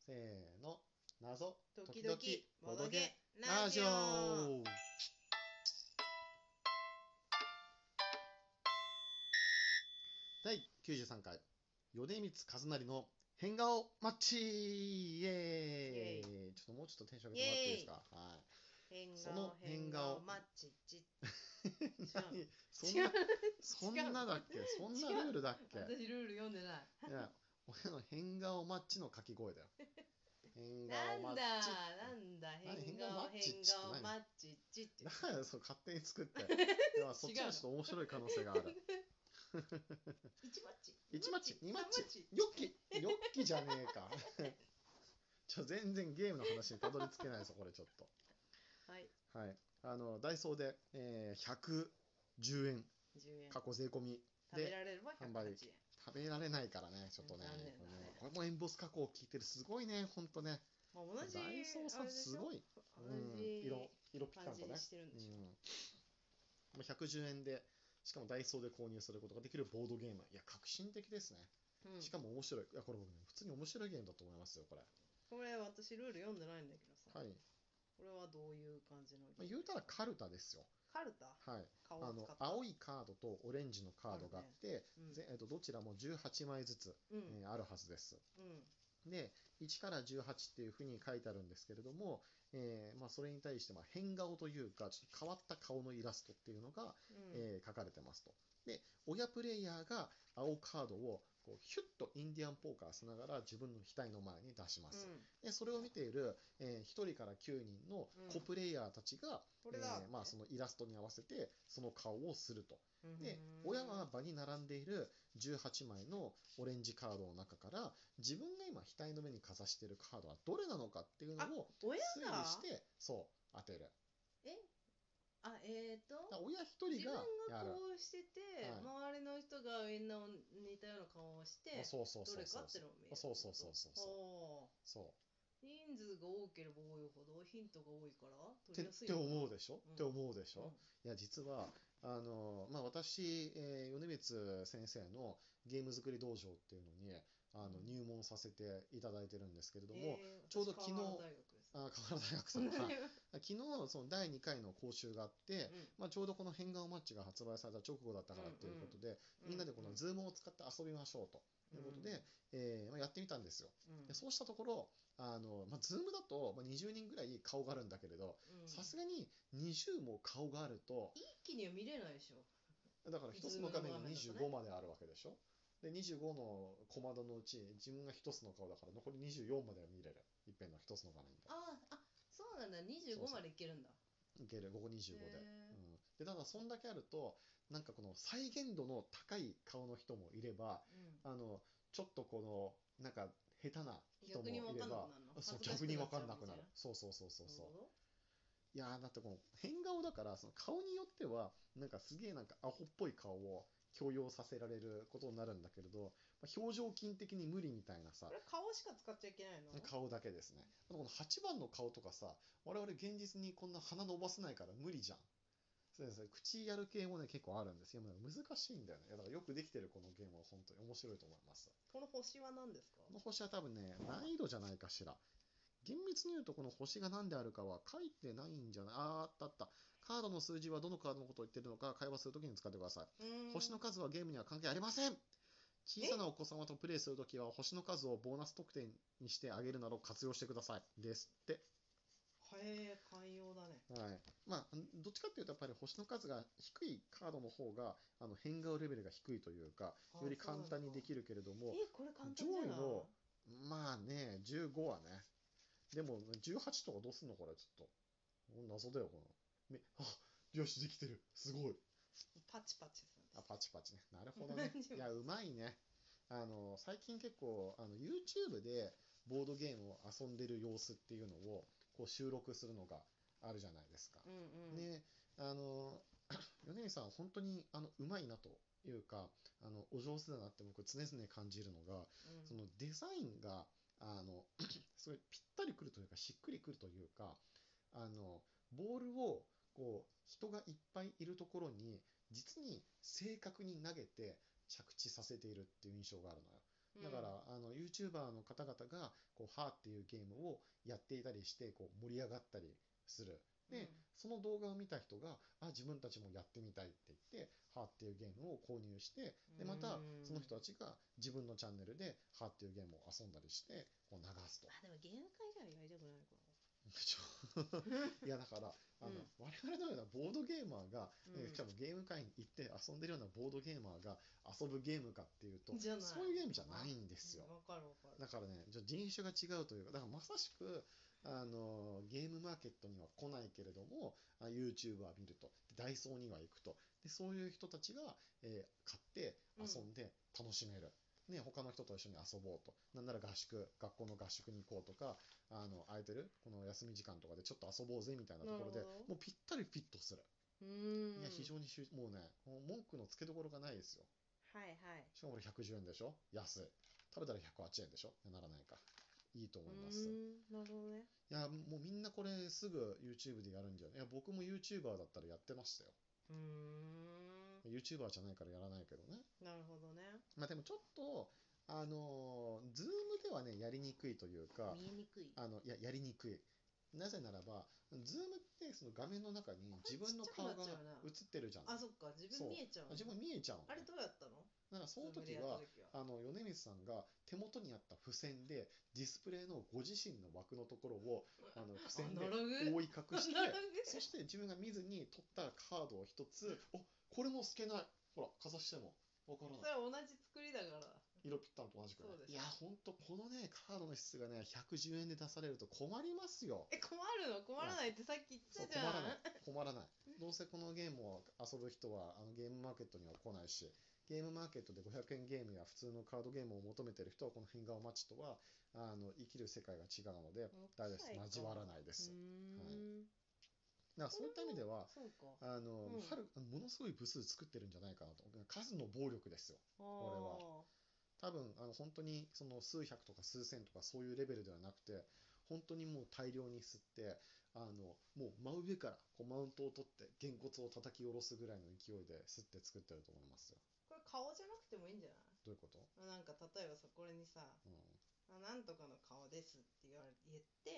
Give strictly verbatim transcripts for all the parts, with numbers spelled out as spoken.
せーの、謎時々ボドゲラジオ。だいきゅうじゅうさんかい米光和成の変顔マッチイエーイ。ちょっともうちょっとテンション上げてもらっていいですか。はい。 変その顔変顔マッチチ何そんなそんなだっけ、そんなルールだっけ。 私ルール読んでない。 いや、俺の変顔マッチの掛け声だよ。変なんだ顔マッチ。 なんだ何変顔変顔マッチチって。 だからそう勝手に作って。いやそっちのちょっと面白い可能性がある。 いちマッチいちマッチにマッチよっきよっきじゃねえか。ちょ全然ゲームの話にたどり着けないですこれちょっと。 はい。 はい。あのダイソーで、えー、ひゃくじゅうえん過去税込みで販売。食べられないからね、ちょっとね。ねこれもエンボス加工効いてる、すごいね、ほんとね。 まあ、同じダイソーさんすごい。 同じ色、色ピカントね。うん、ひゃくじゅうえんで、しかもダイソーで購入することができるボードゲーム。いや、革新的ですね。うん、しかも面白い。いや、これ僕ね、普通に面白いゲームだと思いますよ、これ。 これ、私ルール読んでないんだけどさ。 はい。 これはどういう感じのゲーム？ まあ、言うたらカルタですよ。 カルタ？ はい。あの青いカードとオレンジのカードがあって、ねうんえっと、どちらもじゅうはちまいずつ、うんえー、あるはずです。うん、でいちからじゅうはちっていうふうに書いてあるんですけれども、えーまあ、それに対してまあ変顔というかちょっと変わった顔のイラストっていうのが、うんえー、書かれてますと。で親プレイヤーが青カードをこうヒュッとインディアンポーカーしながら自分の額の前に出します、うん、でそれを見ている、えー、ひとりからきゅうにんのコプレイヤーたちが、うんえーまあ、そのイラストに合わせてその顔をすると。で親は場に並んでいるじゅうはちまいのオレンジカードの中から自分が今額の上にかざしているカードはどれなのかっていうのを推理してそう当てる。えあえーと親一人がやる。自分がこうしてて、はい、周りの人がみんな似たような顔をしてそうそうそうそうどれかってのを見る。 そうそうそうそうそうそう人数が多ければ多いほどヒントが多いから取りやすいのかなって思うでしょ、うん、って思うでしょ、うん、いや実はあの、まあ、私、えー、米光先生のゲーム作り道場っていうのにあの、うん、入門させていただいてるんですけれども、えー、ちょうど昨日あ河原大学さんが昨日そのだいにかいの講習があって、うんまあ、ちょうどこの変顔マッチが発売された直後だったからということで、うんうん、みんなでこの Zoom を使って遊びましょうということで、うんえーまあ、やってみたんですよ、うん、でそうしたところあの、まあ、Zoom だとにじゅうにんぐらい顔があるんだけれどさすがににじゅうも顔があると一気には見れないでしょ。 だから一つの画面ににじゅうごまであるわけでしょ。でにじゅうごの小窓のうち自分が一つの顔だから残りにじゅうよんまでは見れる。いっぺんの一つの画面で。 ああ、そうなんだ。にじゅうごまでいけるんだ。 いける。ここにじゅうごで。うん、でただそんだけあるとなんかこの再現度の高い顔の人もいれば、うん、あのちょっとこのなんか下手な人もいれば逆に分かんなくなる。そうそうそうそうそう。いやだってこの変顔だからその顔によってはなんかすげえなんかアホっぽい顔を強要させられることになるんだけれど、まあ、表情筋的に無理みたいなさ。 これ顔しか使っちゃいけないの？ 顔だけですね。あとこのはちばんの顔とかさ我々現実にこんな鼻伸ばせないから無理じゃん。そうですね、口やる系もね結構あるんですよ。難しいんだよね。だからよくできてるこのゲームは本当に面白いと思います。 この星は何ですか？ この星は多分ね難易度じゃないかしら。厳密に言うとこの星が何であるかは書いてないんじゃない。ああったあった。カードの数字はどのカードのことを言ってるのか会話するときに使ってください。星の数はゲームには関係ありません。小さなお子様とプレイするときは星の数をボーナス得点にしてあげるなど活用してくださいですって。 へえ、寛容だね。 はい。まあどっちかっていうとやっぱり星の数が低いカードの方があの変顔レベルが低いというかより簡単にできるけれども、 えこれ簡単じゃ上位のまあねじゅうごはね。でもじゅうはちとかどうすんのこれちょっと謎だよこの。あよしできてるすごい。 パチパチするんです。 あパチパチね。なるほどね。いやうまいね。あの最近結構あの YouTube でボードゲームを遊んでる様子っていうのをこう収録するのがあるじゃないですか。うんうん、ねあの米光さん本当にあのうまいなというかあのお上手だなって僕常々感じるのが、うん、そのデザインがあのすごいぴったりくるというかしっくりくるというかあのボールをこう人がいっぱいいるところに実に正確に投げて着地させているっていう印象があるのよ。 だから、あの YouTuber の方々がこうハーっていうゲームをやっていたりしてこう盛り上がったりする。で、うん、その動画を見た人があ自分たちもやってみたいって言ってハーっていうゲームを購入して、でまたその人たちが自分のチャンネルでハーっていうゲームを遊んだりしてこう流すと。 あでもゲーム会じゃやりたくないかな。 いやだからあの、うん、我々のようなボードゲーマーが、うん、しかもゲーム会に行って遊んでるようなボードゲーマーが遊ぶゲームかっていうとそういうゲームじゃないんですよ、 うん、かるわかる。 だからね人種が違うというかだからまさしくあのゲームマーケットには来ないけれども YouTube は見るとダイソーには行くとでそういう人たちが、えー、買って遊んで楽しめる、うんね、他の人と一緒に遊ぼうとなんなら合宿学校の合宿に行こうとかあの空いてるこの休み時間とかでちょっと遊ぼうぜみたいなところでもうぴったりフィットする。うーんいや非常にもうね文句のつけどころがないですよ。 はいはい。 しかもこれひゃくじゅうえんでしょ安い。食べたらひゃくはちえんでしょならないかいいと思います。うーんなるほどね。 いやもうみんなこれすぐ YouTube でやるんじゃないいや僕も YouTuber だったらやってましたよ。うーん YouTuber じゃないからやらないけどね。 なるほどね。 まあでもちょっとあのー、ズームではねやりにくいというか見えにくいあのいややりにくい。なぜならばズームってその画面の中に自分の顔が映ってるじゃん。 あそっか自分見えちゃう。 自分見えちゃう、ね、 あれどうやったの？ だからその時はあの米光さんが手元にあった付箋でディスプレイのご自身の枠のところをあの付箋で覆い隠してそして自分が見ずに取ったカードを一つおこれも透けないほらかざしても分からない。 それは同じ作りだから色ぴったんと同じく、ね、いやほんとこのねカードの質がねひゃくじゅうえんで出されると困りますよ。 え困るの困らないってさっき言ってたじゃん。 困らない困らないどうせこのゲームを遊ぶ人はあのゲームマーケットには来ないしゲームマーケットでごひゃくえんゲームや普通のカードゲームを求めている人はこの変顔マッチとはあの生きる世界が違うので大丈夫です交わらないです。はいだからそういった意味ではあの、うん、春ものすごい部数作ってるんじゃないかなと数の暴力ですよこれは。多分あの本当にその数百とか数千とかそういうレベルではなくて本当にもう大量に吸ってあのもう真上からこうマウントを取ってげんこつを叩き下ろすぐらいの勢いで吸って作ってると思いますよ。 これ顔じゃなくてもいいんじゃない？ どういうこと？ なんか例えばさこれにさ、うん、なんとかの顔ですって言われ言って、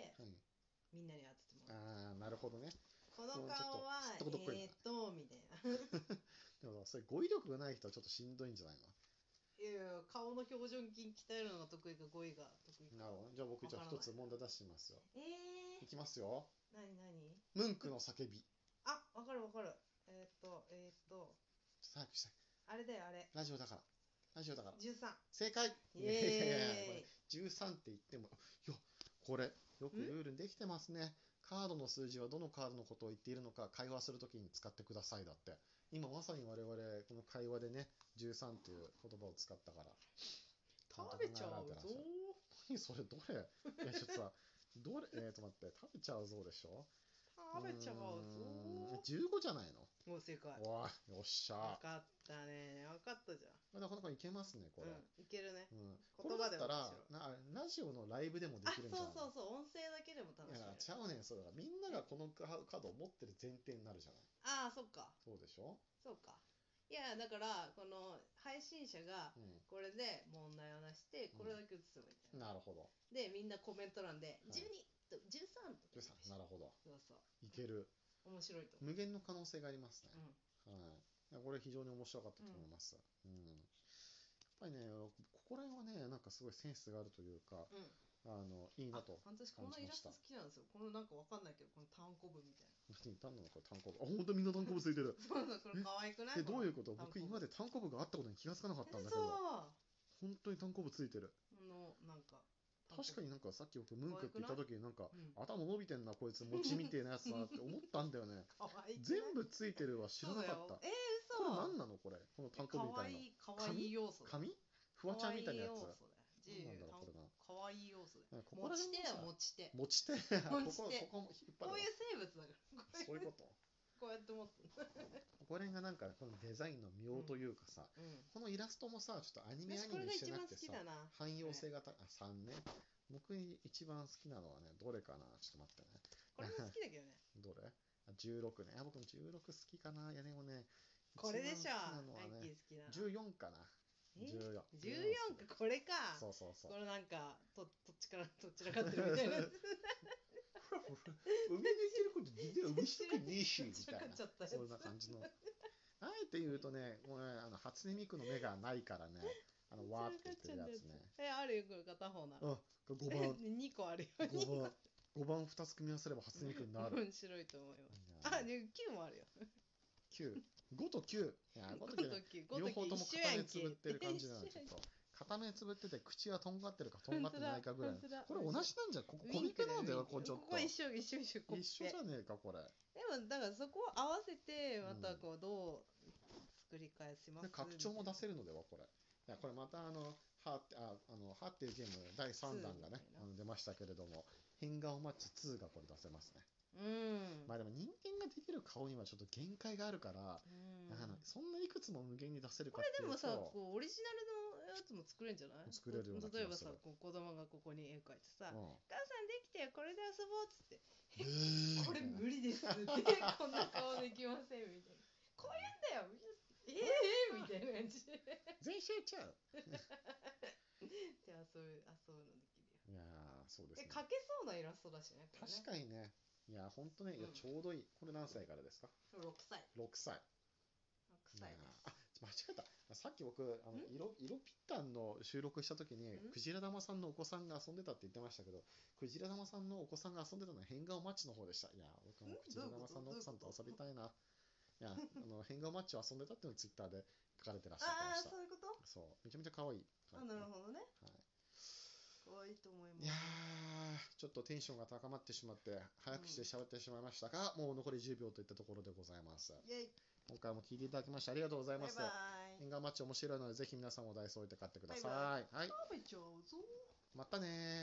はい、みんなに当ててもらう。 ああなるほどね。 この顔はえーっとみたいなでもそれ語彙力がない人はちょっとしんどいんじゃないの？ いやいや顔の表情筋鍛えるのが得意か語彙が得意か。 なるほどじゃあ僕じゃあ一つ問題出してみますよ。 えー、いきますよ。 なになにムンクの叫び。 あわかるわかるえー、っとえー、っと早くしたいあれだよあれラジオだからラジオだからじゅうさん正解イエーイじゅうさんって言ってもいやこれよくルールにできてますね。カードの数字はどのカードのことを言っているのか会話するときに使ってくださいだって今まさに我々この会話でねじゅうさんという言葉を使ったから食べちゃうぞ何それどれいやちょっとさどれえー、と待って食べちゃうぞでしょ食べちゃうぞじゅうごじゃないのもう正解わあよっしゃ分かったね分かったじゃんなかなかいけますねこれ、 うん、いけるね、うん、 これだったらなラジオのライブでもできるんじゃない？ あそうそうそう音声だけでも楽しめる。いやちゃうねんそれはみんながこのカードを持ってる前提になるじゃない。 ああそっかそうでしょそうかいやだからこの配信者がこれで問題を出してこれだけ映せばいいんじゃない、 うん、なるほどでみんなコメント欄でじゅうにとじゅうさんとじゅうさんなるほどそうそういける面白いと無限の可能性がありますね、うん、はいこれ非常に面白かったと思います、うんうん、やっぱりねここら辺はねなんかすごいセンスがあるというか、うん、あのいいなと感じました。 私このイラスト好きなんですよ。このなんかわかんないけどこの単行部みたいな何単なのこれ単行部あ本当みんな単行部ついてるそうそうこれ可愛くないえどういうこと僕今まで単行部があったことに気がつかなかったんだけど本当に単行部ついてるあのなんか確かになんかさっき僕ムンクって言った時になんか、うん、頭伸びてんなこいつ餅みてえなやつだって思ったんだよね全部ついてるは知らなかったえー、嘘これ何なのこれこの単行部みたいなかわいい要素紙フワちゃんみたいなやつ何なんだろうこれなかわいい要素だよここら辺持ち手は持ち手持ち手ここここも引っ張るこういう生物だからそういうことこうやって持ってこれがなんかこのデザインの妙というかさ、うんうん、このイラストもさちょっとアニメアニメしてなくてさ汎用性が高いあさんね僕一番好きなのはねどれかなちょっと待ってねこれも好きだけどねどれじゅうろくねあ僕もじゅうろく好きかないやでもねこれでしょ一番好きなのはねじゅうよんかなじゅうよん。 じゅうよんか、これか。 そうそうそう。 これなんか、と、どっちから、どっちらかってるみたいな。 海に行けること全然海したくねえし、みたいな。そんな感じの。あえて言うとね、もうね、あの初音ミクの目がないからね、あの、わーって言ってるやつね。 え、あるよ、これ片方なら。 あ、ごばん。 にこあるよ。 ごばん。ごばんふたつ組み合わせれば初音ミクになる。 面白いと思います。あ、できゅうもあるよ。 きゅう。ごときゅう。いや、ごときゅう、ね。両方とも片目つぶってる感じなの、ちょっと。片目つぶってて口はとんがってるかとんがってないかぐらい。これ同じなんじゃん。ここコミペなんだよ、ここちょっと。 ここ一緒一緒一緒。 一緒じゃねえか、これ。 でもだからそこを合わせてまたこうどう作り返します、 うん、拡張も出せるのではこれ。いやこれまたあのハーああのハーっていうゲームだいさんだんがねあの出ましたけれども、変顔マッチツーがこれ出せますね。 うん。 まあでも人間ができる顔にはちょっと限界があるから、うん、あのそんないくつも無限に出せるかっていうと。 これでもさこうオリジナルのやつも作れるんじゃない？ 作れるような気がする。 例えばさこう子供がここに絵描いてさ、うん、お母さんできてこれで遊ぼうっつって。えー、これ無理ですってこんな顔できませんみたいな。こういうんだよええー、みたいな感じで全集ちゃうじゃあそういうあそういうのできるよ。 いやそうですね。 描けそうなイラストだしね。 確かにね。いやほんとね、いやちょうどいい。これ何歳からですか？ ろくさい。 ろくさい。 ろくさいです。 あ、間違えた。さっき僕あの色色ぴったんの収録した時にクジラ玉さんのお子さんが遊んでたって言ってましたけど、クジラ玉さんのお子さんが遊んでたのは変顔マッチの方でした。いや僕もクジラ玉さんの奥さんと遊びたいな。いやあの変顔マッチを遊んでたっていうのをツイッターで書かれてらっしゃってました。 ああそういうこと？ そうめちゃめちゃ可愛い。 あなるほどね。 はい。 可愛いと思います。 いやーちょっとテンションが高まってしまって早くして喋ってしまいましたが、うん、もう残りじゅうびょうといったところでございます。 イエイ。 今回も聞いていただきましてありがとうございます。 バイバイ。 変顔マッチ面白いのでぜひ皆さんもダイソー置いて買ってください。 バイバイ。はい。食べちゃうぞ。 またねー。